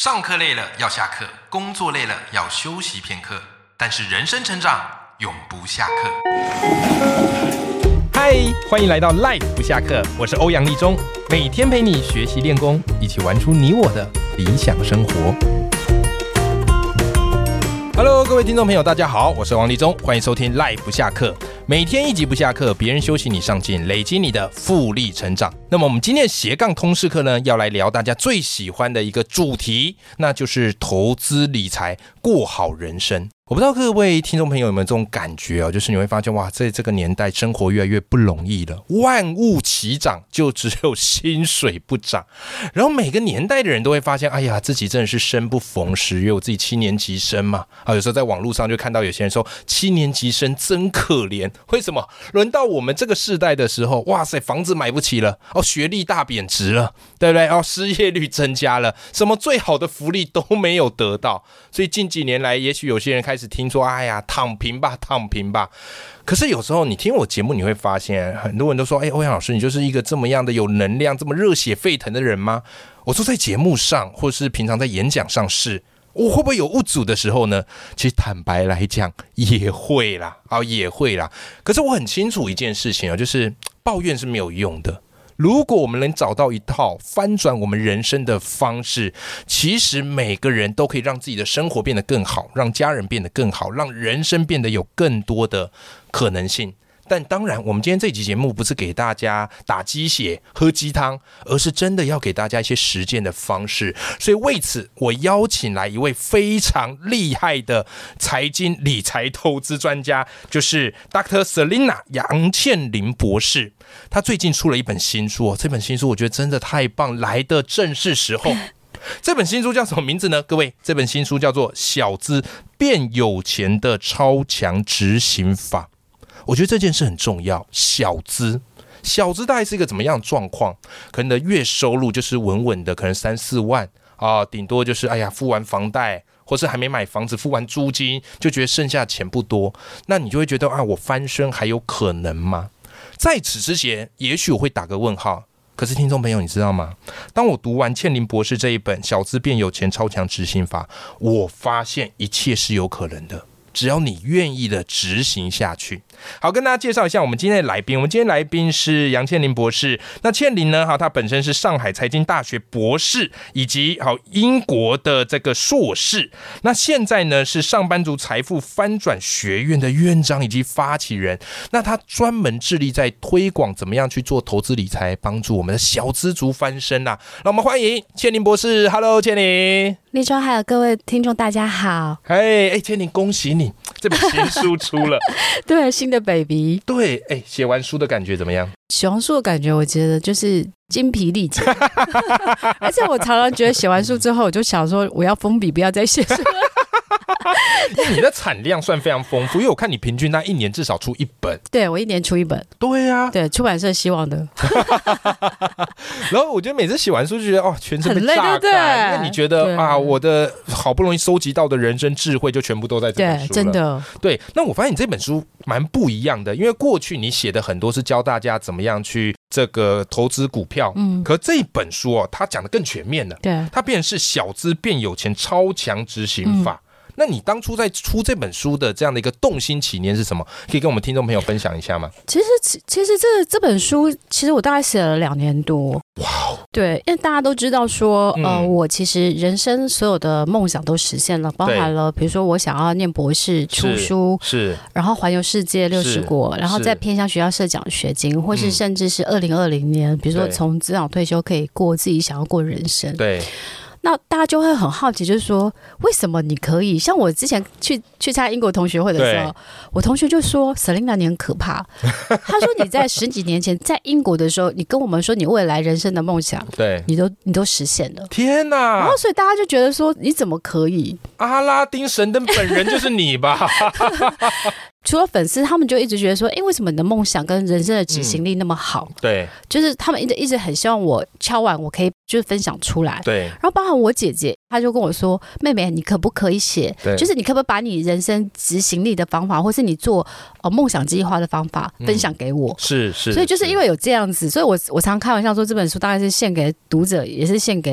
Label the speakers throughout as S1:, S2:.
S1: 上课累了要下课，工作累了要休息片刻，但是人生成长永不下课。嗨，欢迎来到 Life 不下课，我是欧阳立中，每天陪你学习练功，一起玩出你我的理想生活。Hello， 各位听众朋友，大家好，我是王立中，欢迎收听 Life 不下课。每天一集不下课，别人休息你上进，累积你的复利成长。那么我们今天的斜杠通识课呢，要来聊大家最喜欢的一个主题，那就是投资理财，过好人生。我不知道各位听众朋友有没有这种感觉哦，就是你会发现哇，在这个年代生活越来越不容易了，万物齐涨，就只有薪水不涨。然后每个年代的人都会发现，哎呀，自己真的是生不逢时，因为我自己7年级生嘛，有时候在网络上就看到有些人说7年级生真可怜，为什么？轮到我们这个世代的时候，哇塞，房子买不起了，学历大贬值了，对不对？失业率增加了，什么最好的福利都没有得到，所以近几年来，也许有些人开始听说，哎呀，躺平吧，躺平吧。可是有时候你听我节目，你会发现很多人都说，欧阳老师，你就是一个这么样的有能量、这么热血沸腾的人吗？我说在节目上，或是平常在演讲上是。我会不会有误阻的时候呢？其实坦白来讲，也会啦，也会啦。可是我很清楚一件事情，就是抱怨是没有用的。如果我们能找到一套翻转我们人生的方式，其实每个人都可以让自己的生活变得更好，让家人变得更好，让人生变得有更多的可能性。但当然，我们今天这集节目不是给大家打鸡血、喝鸡汤，而是真的要给大家一些实践的方式。所以为此，我邀请来一位非常厉害的财经理财投资专家，就是 Dr. Selina 杨倩琳博士。他最近出了一本新书，这本新书我觉得真的太棒，来的正是时候。这本新书叫什么名字呢？各位，这本新书叫做《小资变有钱的超强执行法》。我觉得这件事很重要。小资大概是一个怎么样的状况？可能的月收入就是稳稳的，可能3-4万顶多就是付完房贷，或是还没买房子，付完租金，就觉得剩下钱不多。那你就会觉得我翻身还有可能吗？在此之前，也许我会打个问号。可是听众朋友，你知道吗？当我读完倩琳博士这一本《小资变有钱超强执行法》，我发现一切是有可能的。只要你愿意的执行下去。好，跟大家介绍一下我们今天的来宾。我们今天来宾是杨倩琳博士。那倩琳呢，她本身是上海财经大学博士，以及英国的这个硕士。那现在呢是上班族财富翻转学院的院长以及发起人。那她专门致力在推广怎么样去做投资理财，帮助我们的小资族翻身啦。那我们欢迎倩琳博士。Hello， 倩琳。
S2: 立中还有各位听众大家好。
S1: 倩琳，恭喜你，这本新书出了。
S2: 对，新的 baby。
S1: 对，写完书的感觉怎么样？
S2: 写完书的感觉，我觉得就是精疲力尽。而且我常常觉得写完书之后，我就想说，我要封笔，不要再写书了。
S1: 你的产量算非常丰富，因为我看你平均一年至少出1本。
S2: 对，我1年出1本。
S1: 对啊，
S2: 对，出版社希望的。
S1: 然后我觉得每次写完书就觉得全身被榨干，因为你觉得我的好不容易收集到的人生智慧就全部都在这本书了。
S2: 对，真的。
S1: 对，那我发现你这本书蛮不一样的，因为过去你写的很多是教大家怎么样去这个投资股票，可这一本书它讲的更全面了。
S2: 对，
S1: 它变成是小资变有钱超强执行法。那你当初在出这本书的这样的一个动心起念是什么？可以跟我们听众朋友分享一下吗？
S2: 其实这本书，其实我大概写了2年多。
S1: 哇！
S2: 对，因为大家都知道说，我其实人生所有的梦想都实现了，包含了比如说我想要念博士、出书，
S1: 是，然
S2: 后环游世界60国，然后再偏向学校设奖学金，或是甚至是2020年，比如说从职场退休可以过自己想要过的人生。对。那大家就会很好奇，就是说为什么你可以？像我之前去参加英国同学会的时候，我同学就说 Selina 你很可怕。他说你在10几年前在英国的时候，你跟我们说你未来人生的梦想，对，你都实现了。天哪！然后所以大家就觉得说你怎么可以？
S1: 阿拉丁神灯本人就是你吧？
S2: 除了粉丝，他们就一直觉得说，为什么你的梦想跟人生的执行力那么好？对，就是他们一直很希望我敲完我可以就是分享出来。对，然后包含我姐姐，她就跟我说，妹妹，你可不可以写？就是你可不可以把你人生执行力的方法，或是你做梦想计划的方法分享给我？是，所以就是因为有这样子，所以我常开玩笑说，这本书大概是献给读者，也是献给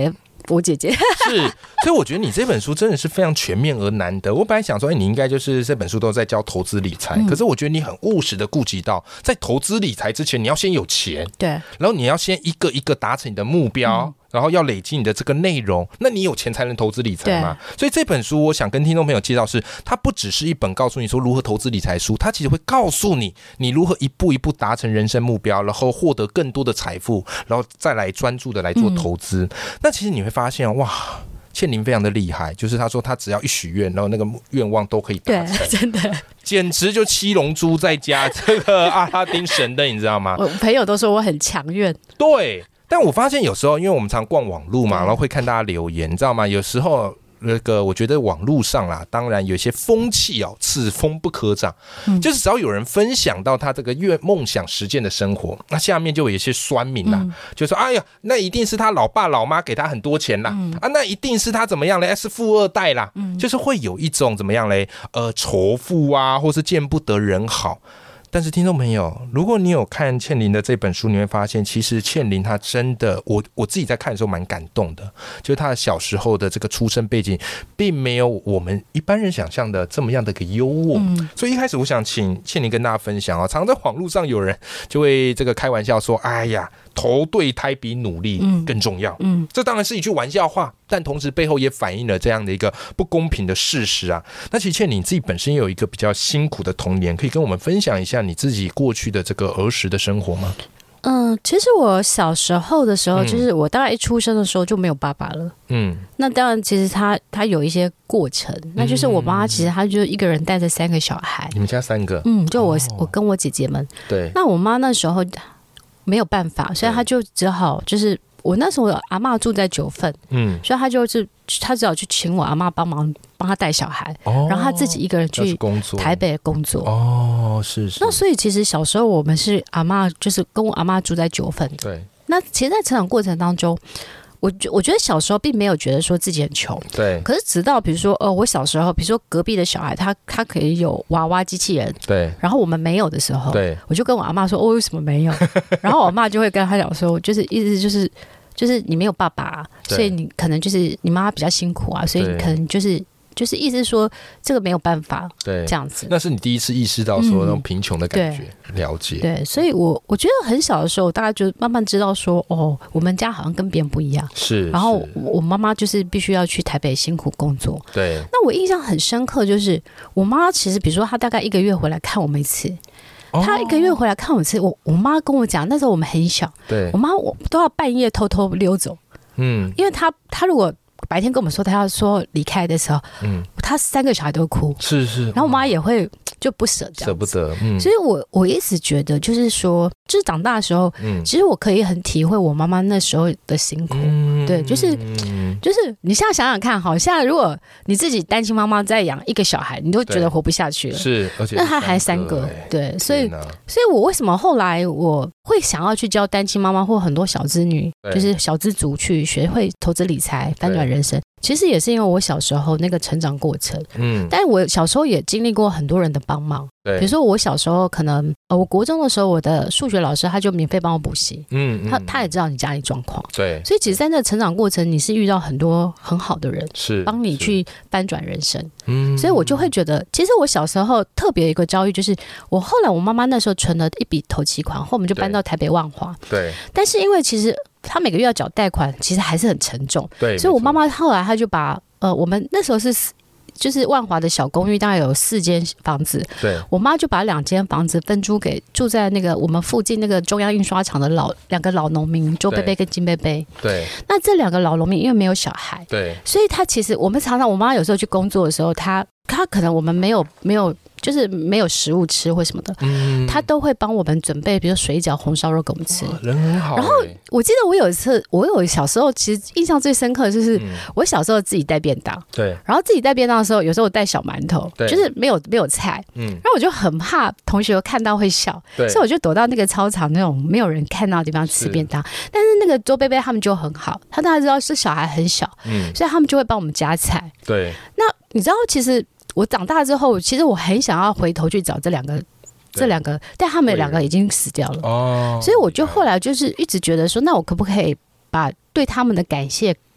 S2: 我姐姐。
S1: 是，所以我觉得你这本书真的是非常全面而难得。我本来想说，你应该就是这本书都在教投资理财，可是我觉得你很务实的顾及到，在投资理财之前，你要先有钱，
S2: 对，
S1: 然后你要先一个一个达成你的目标。然后要累积你的这个内容，那你有钱才能投资理财嘛？所以这本书我想跟听众朋友介绍是，它不只是一本告诉你说如何投资理财书，它其实会告诉你如何一步一步达成人生目标，然后获得更多的财富，然后再来专注的来做投资。那其实你会发现哇，倩玲非常的厉害，就是他说他只要一许愿，然后那个愿望都可以达成，
S2: 对，真的
S1: 简直就七龙珠在家这个阿拉丁神灯，你知道吗？
S2: 我朋友都说我很强愿，
S1: 对。但我发现有时候，因为我们常逛网路嘛，然后会看大家留言，你知道吗？有时候我觉得网路上啦，当然有一些风气哦，此风不可长，就是只要有人分享到他这个梦想实践的生活，那下面就有一些酸民啦，就说哎呀，那一定是他老爸老妈给他很多钱啦，那一定是他怎么样嘞？是富二代啦，就是会有一种怎么样嘞？仇富啊，或是见不得人好。但是听众朋友，如果你有看倩玲的这本书，你会发现其实倩玲她真的，我自己在看的时候蛮感动的，就是她的小时候的这个出生背景并没有我们一般人想象的这么样的一个优渥，所以一开始我想请倩玲跟大家分享啊，常在网络上有人就会这个开玩笑说，哎呀，投对胎比努力更重要，这当然是一句玩笑话，但同时背后也反映了这样的一个不公平的事实啊。那其实倩玲自己本身也有一个比较辛苦的童年，可以跟我们分享一下你自己过去的这个儿时的生活吗？
S2: 其实我小时候的时候，就是我大概一出生的时候就没有爸爸了。那当然，其实他有一些过程，那就是我妈其实她就一个人带着3个小孩。
S1: 你们家3个？
S2: 就我跟我姐姐们。
S1: 对。
S2: 那我妈那时候没有办法，所以她就只好就是我那时候阿嬷住在9份，所以她只好去请我阿嬷帮她带小孩，然后她自己一个人去台北工作。
S1: 是。
S2: 那所以其实小时候我们是阿嬷，就是跟我阿嬷住在9份的。
S1: 对。
S2: 那其实，在成长过程当中，我觉得小时候并没有觉得说自己很穷，
S1: 对。
S2: 可是直到比如说，我小时候，比如说隔壁的小孩，他可以有娃娃机器人，
S1: 对。
S2: 然后我们没有的时候，
S1: 对，
S2: 我就跟我阿嬷说，为什么没有？然后我妈就会跟他讲说，就是意思就是你没有爸爸，所以你可能就是你妈妈比较辛苦啊，所以你可能就是意思是说这个没有办法，对，这样子。
S1: 那是你第一次意识到说那种贫穷的感觉，了解。
S2: 对，所以我觉得很小的时候，大概就慢慢知道说，我们家好像跟别人不一样。
S1: 是。
S2: 然后我妈妈就是必须要去台北辛苦工作。
S1: 对。
S2: 那我印象很深刻，就是我妈其实，比如说她大概1个月回来看我们一次。她1个月回来看我一次，我妈跟我讲，那时候我们很小，
S1: 对，
S2: 我都要半夜偷偷溜走，因为她如果白天跟我们说她要说离开的时候，她3个小孩都哭，
S1: 是，
S2: 然后我妈也会就不舍
S1: 不得，
S2: 所以我一直觉得就是说，就是长大的时候，其实我可以很体会我妈妈那时候的辛苦，对，就是你现在想想看，好像如果你自己单亲妈妈再养1个小孩，你都觉得活不下去了，
S1: 是，而且
S2: 那她还3个，对，所以我为什么后来我会想要去教单亲妈妈或很多小资女，就是小资族去学会投资理财，翻转人生。其实也是因为我小时候那个成长过程，但是我小时候也经历过很多人的帮忙，比如说我小时候可能我国中的时候，我的数学老师他就免费帮我补习，他也知道你家里状况，
S1: 对，
S2: 所以其实在那个成长过程，你是遇到很多很好的人，
S1: 是
S2: 帮你去翻转人生，所以我就会觉得，其实我小时候特别有一个遭遇，就是我后来我妈妈那时候存了一笔头期款，后我们就搬到台北万华，
S1: 对，
S2: 但是因为其实他每个月要缴贷款，其实还是很沉重，
S1: 对，
S2: 所以我妈妈后来她就把我们那时候就是万华的小公寓，大概有4间房子，
S1: 对，
S2: 我妈就把2间房子分租给住在那个我们附近那个中央印刷厂的2个老农民，周贝贝跟金贝贝，
S1: 对，
S2: 那这2个老农民因为没有小孩，
S1: 对，
S2: 所以他其实我们常常我妈有时候去工作的时候，他可能我们没有就是没有食物吃或什么的，他都会帮我们准备，比如水饺、红烧肉给我们吃，
S1: 人很好。
S2: 然后我记得我有一次，我小时候其实印象最深刻的就是，我小时候自己带便当，
S1: 对，
S2: 然后自己带便当的时候，有时候我带小馒头，就是没有菜，然后我就很怕同学看到会笑，所以我就躲到那个操场那种没有人看到的地方吃便当。但是那个周贝贝他们就很好，他大概知道是小孩很小，所以他们就会帮我们夹菜。
S1: 对，
S2: 那你知道其实。我长大之后，其实我很想要回头去找这两个，但他们2个已经死掉了，所以我就后来就是一直觉得说，那我可不可以把对他们的感谢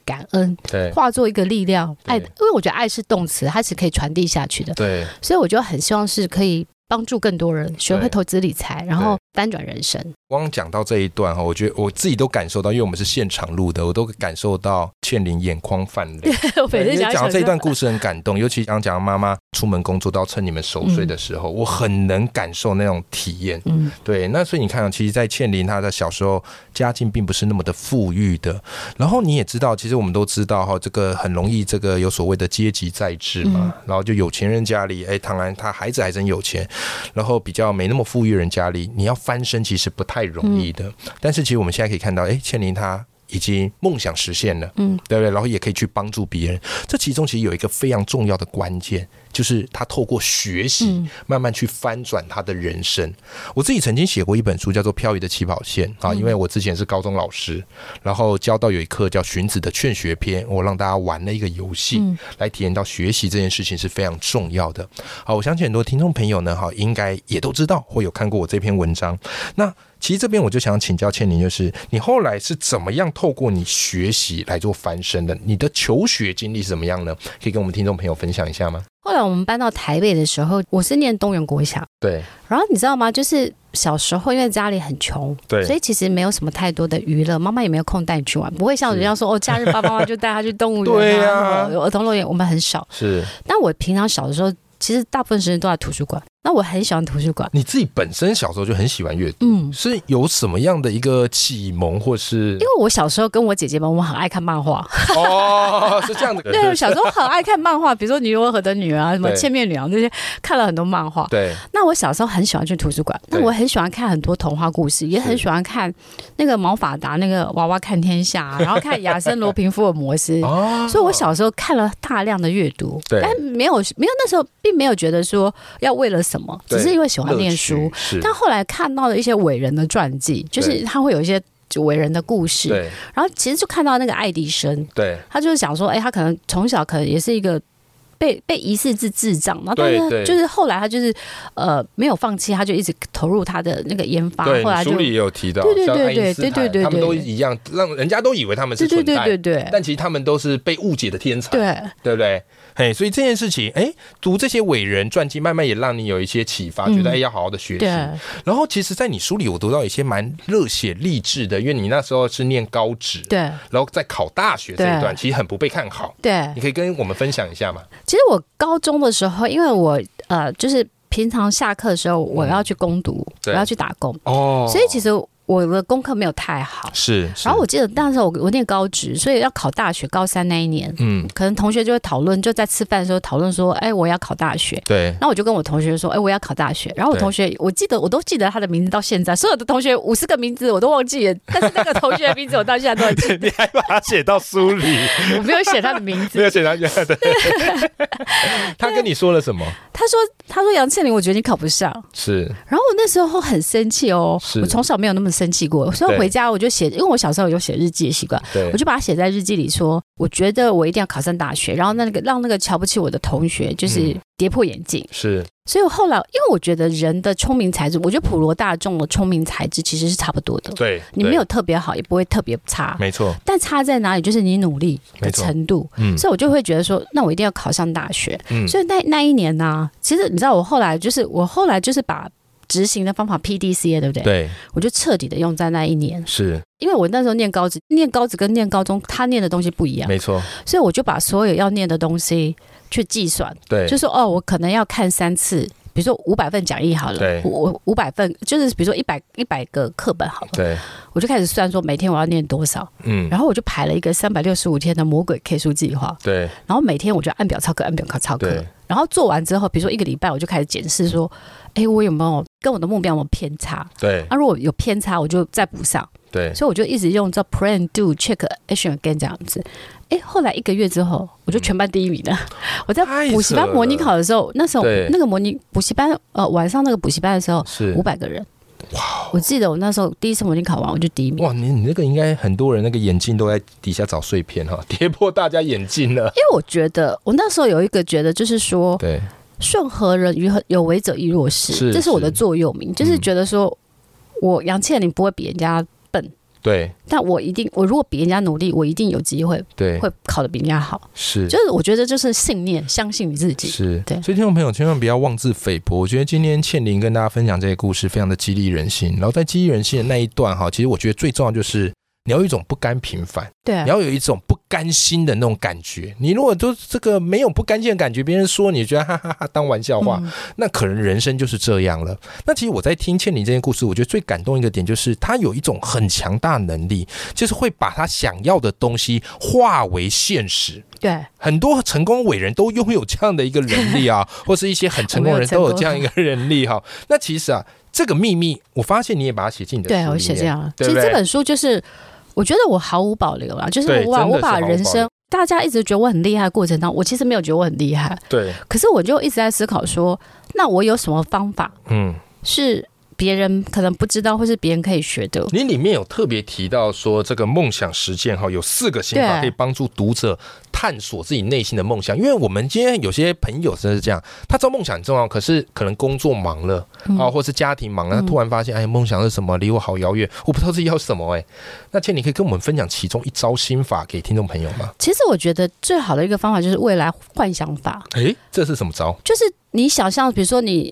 S2: 感恩，
S1: 对，
S2: 化作一个力量，爱，因为我觉得爱是动词，它是可以传递下去的，
S1: 对，
S2: 所以我就很希望是可以帮助更多人学会投资理财，然后翻转人生。
S1: 光讲到这一段，我觉得我自己都感受到，因为我们是现场录的，我都感受到倩玲眼眶泛泪。
S2: 我每次
S1: 讲到这一段故事很感动，尤其刚讲妈妈出门工作到趁你们熟睡的时候，我很能感受那种体验。对，那所以你看，其实在倩玲她的小时候家境并不是那么的富裕的，然后你也知道，其实我们都知道这个很容易这个有所谓的阶级在制嘛，然后就有钱人家里，当然他孩子还真有钱，然后比较没那么富裕人家里，你要翻身其实不太容易的。但是其实我们现在可以看到，倩玲她已经梦想实现了，对不对？然后也可以去帮助别人。这其中其实有一个非常重要的关键，就是他透过学习慢慢去翻转他的人生。我自己曾经写过一本书叫做《漂移的起跑线》啊，因为我之前是高中老师，然后教到有一课叫荀子的劝学篇，我让大家玩了一个游戏，来体验到学习这件事情是非常重要的。好，我相信很多听众朋友呢，应该也都知道或有看过我这篇文章。那其实这边我就想请教倩玲，就是你后来是怎么样透过你学习来做翻身的？你的求学经历是怎么样呢？可以跟我们听众朋友分享一下吗？
S2: 后来我们搬到台北的时候，我是念东元国小，
S1: 对。
S2: 然后你知道吗？就是小时候因为家里很穷，对，所以其实没有什么太多的娱乐，妈妈也没有空带你去玩，不会像人家说假日爸爸妈妈就带他去动物园
S1: 对啊，
S2: 有儿童乐园，我们很少。
S1: 是。
S2: 但我平常小的时候，其实大部分时间都在图书馆。那我很喜欢图书馆。
S1: 你自己本身小时候就很喜欢阅读，是有什么样的一个启蒙，或是
S2: 因为我小时候跟我姐姐们，我们很爱看漫画。
S1: 哦，是这样的。
S2: 对，小时候很爱看漫画，比如说《尼罗河的女儿》什么《千面女郎》这些，看了很多漫画。
S1: 对。
S2: 那我小时候很喜欢去图书馆，那我很喜欢看很多童话故事，也很喜欢看那个毛法达那个娃娃看天下，然后看亚森罗平福尔摩斯。所以我小时候看了大量的阅读，但没有那时候并没有觉得说要为了什么。只是因为喜欢念书，但后来看到了一些伟人的传记，就是他会有一些伟人的故事，然后其实就看到那个爱迪生，他就是想说，他可能从小可能也是一个被疑似是智障，然后但是就是后来他就是没有放弃，他就一直投入他的那个研发。
S1: 对，
S2: 后来就
S1: 书里也有提到，
S2: 对，
S1: 他们都一样，让人家都以为他们是存在，
S2: 对，
S1: 但其实他们都是被误解的天才，对不对？所以这件事情，读这些伟人传记，慢慢也让你有一些启发，觉得要好好的学习。然后，其实，在你书里，我读到一些蛮热血励志的，因为你那时候是念高职，对，然后在考大学这一段，其实很不被看好，对，你可以跟我们分享一下吗？
S2: 其实我高中的时候，因为我就是平常下课的时候，我要去攻读，我要去打工，所以其实我的功课没有太好，是。然后我记得那时候我念高职，所以要考大学，高三那一年，可能同学就会讨论，就在吃饭的时候讨论说，我要考大学。对。那我就跟我同学说，我要考大学。然后我同学，我都记得他的名字到现在，所有的同学50个名字我都忘记了，但是那个同学的名字我到现在都很记得。
S1: 你还把他写到书里？
S2: 我没有写他的名字，
S1: 没有写他的。他跟你说了什么？
S2: 他说杨倩玲，我觉得你考不上。是。然后我那时候很生气哦，我从小没有那么生气过，所以回家我就写，因为我小时候有写日记的习惯，我就把它写在日记里说，我觉得我一定要考上大学，然后让那个瞧不起我的同学就是跌破眼镜。是。所以我后来，因为我觉得人的聪明才智，我觉得普罗大众的聪明才智其实是差不多的。对。你没有特别好，也不会特别差。没错。但差在哪里？就是你努力的程度。所以我就会觉得说，那我一定要考上大学。所以那一年呢，其实你知道，我后来就是把执行的方法 PDCA， 对不对？对，我就彻底的用在那一年。是，因为我那时候念高职跟念高中，他念的东西不一样。没错。所以我就把所有要念的东西去计算。对，就说我可能要看3次，比如说500份讲义好了，对，我500份就是比如说100个课本好了，对，我就开始算说每天我要念多少，然后我就排了一个365天的魔鬼 K 书计划，对，然后每天我就按表操课，然后做完之后，比如说1个礼拜，我就开始检视说，我有没有跟我的目标有没有偏差？对，如果有偏差，我就再补上。对，所以我就一直用这 plan do check action again 这样子。后来1个月之后，我就全班第1名了。我在补习班模拟考的时候，那时候那个模拟补习班晚上那个补习班的时候是500个人。哇！我记得我那时候第一次模拟考完，我就第1名。哇！你那个应该很多人那个眼镜都在底下找碎片哈，跌破大家眼镜了。因为我觉得我那时候有一个觉得就是说，对，顺何人于有为者亦若是，这是我的座右铭，就是觉得说我杨倩玲不会比人家笨。
S1: 对，
S2: 但我如果比人家努力，我一定有机会，
S1: 对，
S2: 会考得比人家好。
S1: 是，
S2: 就是我觉得就是信念，相信你自己。
S1: 是，
S2: 对。
S1: 所以听众朋友千万不要妄自菲薄。我觉得今天倩玲跟大家分享这些故事，非常的激励人心。然后在激励人心的那一段哈，其实我觉得最重要就是你要有一种不甘平凡，
S2: 对，
S1: 你要有一种不甘心的那种感觉。你如果都这个没有不甘心的感觉，别人说你觉得哈哈哈当玩笑话，那可能人生就是这样了。那其实我在听倩玲这些故事，我觉得最感动一个点就是她有一种很强大的能力，就是会把她想要的东西化为现实。
S2: 对，
S1: 很多成功伟人都拥有这样的一个能力啊，或是一些很成功的人都有这样一个能力哈。那其实啊，这个秘密，我发现你也把它写进你的书里面。
S2: 对，我写这样。
S1: 其
S2: 实这本书就是，我觉得我毫无保留啦，就是我把人生，大家一直觉得我很厉害的过程当中，我其实没有觉得我很厉害。
S1: 对。
S2: 可是我就一直在思考说，那我有什么方法？是别人可能不知道，或是别人可以学的。
S1: 你里面有特别提到说，这个梦想实践有4个心法可以帮助读者探索自己内心的梦想。因为我们今天有些朋友真的是这样，他知道梦想很重要，可是可能工作忙了或是家庭忙了，他突然发现，哎，梦想是什么？离我好遥远，我不知道自己要什么。那倩，你可以跟我们分享其中一招心法给听众朋友吗？
S2: 其实我觉得最好的一个方法就是未来幻想法。
S1: 这是什么招？
S2: 就是你想象，比如说你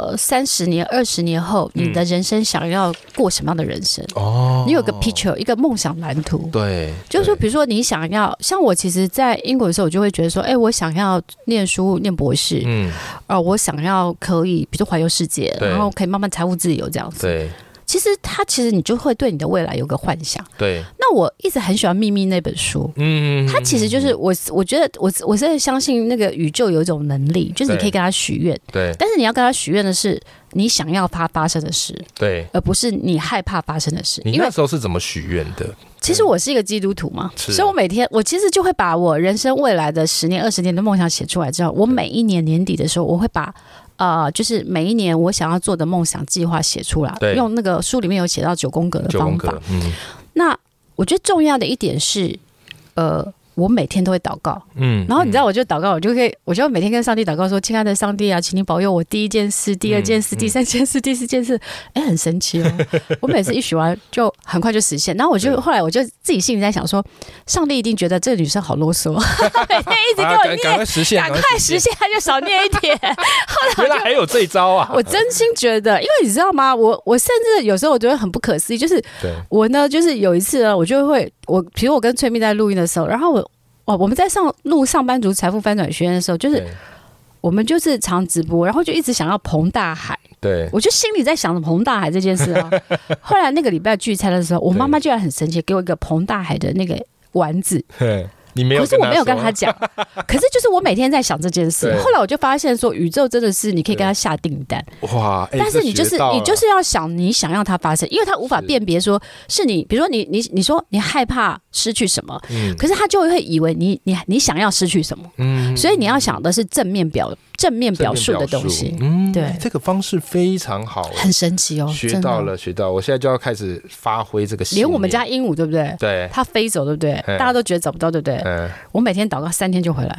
S2: 30年、20年后，你的人生想要过什么样的人生？你有个 picture， 一个梦想蓝图。
S1: 对，
S2: 就是说，比如说你想要，像我其实，在英国的时候，我就会觉得说，我想要念书、念博士，我想要可以，比如说环游世界，然后可以慢慢财务自由这样子。
S1: 对。
S2: 其实你就会对你的未来有个幻想。
S1: 对。
S2: 那我一直很喜欢《秘密》那本书。它其实就是我觉得我是相信那个宇宙有一种能力，就是你可以跟他许愿。
S1: 对。
S2: 但是你要跟他许愿的是你想要它发生的事。
S1: 对。
S2: 而不是你害怕发生的事。
S1: 你那时候是怎么许愿的？
S2: 其实我是一个基督徒嘛，所以我每天我其实就会把我人生未来的10年、20年的梦想写出来之后，我每一年年底的时候，我会把就是每一年我想要做的梦想计划写出来，用那个书里面有写到9宫格的方法。那我觉得重要的一点是，我每天都会祷告，然后你知道，我就祷告，我就每天跟上帝祷告说：“亲爱的上帝啊，请你保佑我第1件事、第2件事、第3件事、第4件事。”很神奇哦！我每次一许完，就很快就实现。然后后来我就自己心里在想说，上帝一定觉得这个女生好啰嗦，每天一直跟我念，赶快实现，他就少念一点。后来
S1: 原来还有这一招啊！
S2: 我真心觉得，因为你知道吗？我甚至有时候我觉得很不可思议，就是我呢，就是有一次呢，比如我跟崔蜜在录音的时候，然后我们在录上班族财富翻转学院的时候，就是我们就是常直播，然后就一直想要彭大海。
S1: 对，
S2: 我就心里在想着彭大海这件事啊。后来那个礼拜聚餐的时候，我妈妈居然很神奇，给我一个彭大海的那个丸子。
S1: 你没有，
S2: 可是我没有跟他讲。可是就是我每天在想这件事。后来我就发现说，宇宙真的是你可以跟他下订单。哇！但是你就是要想你想要它发生，因为他无法辨别说是你，比如说你说你害怕失去什么，可是他就会以为你想要失去什么。所以你要想的是正面表述的东西。对，
S1: 这个方式非常好，
S2: 很神奇哦！
S1: 学到了，我现在就要开始发挥这个信念。
S2: 连我们家鹦鹉对不对？
S1: 对，
S2: 它飞走对不对？大家都觉得找不到对不对？我每天祷告3天就回来。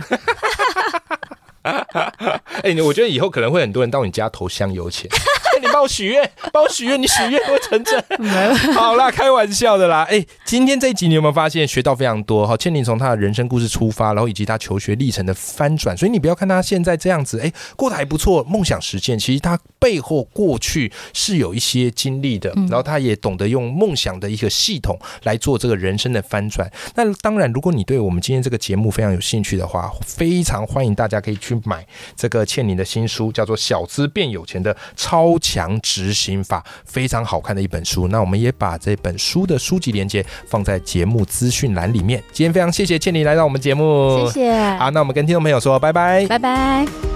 S1: 我觉得以后可能会很多人到你家投香油钱。你帮我许愿，你许愿会成真。好啦，开玩笑的啦。今天这一集你有没有发现学到非常多？倩玲从她的人生故事出发，然后以及她求学历程的翻转，所以你不要看她现在这样子，过得还不错，梦想实现，其实她背后过去是有一些经历的，然后她也懂得用梦想的一个系统来做这个人生的翻转。那当然，如果你对我们今天这个节目非常有兴趣的话，非常欢迎大家可以去买这个倩玲的新书，叫做《小资变有钱的超强执行法》，非常好看的一本书。那我们也把这本书的书籍连结放在节目资讯栏里面。今天非常谢谢倩玲来到我们节目，
S2: 谢谢。
S1: 好，那我们跟听众朋友说拜拜，
S2: 拜拜。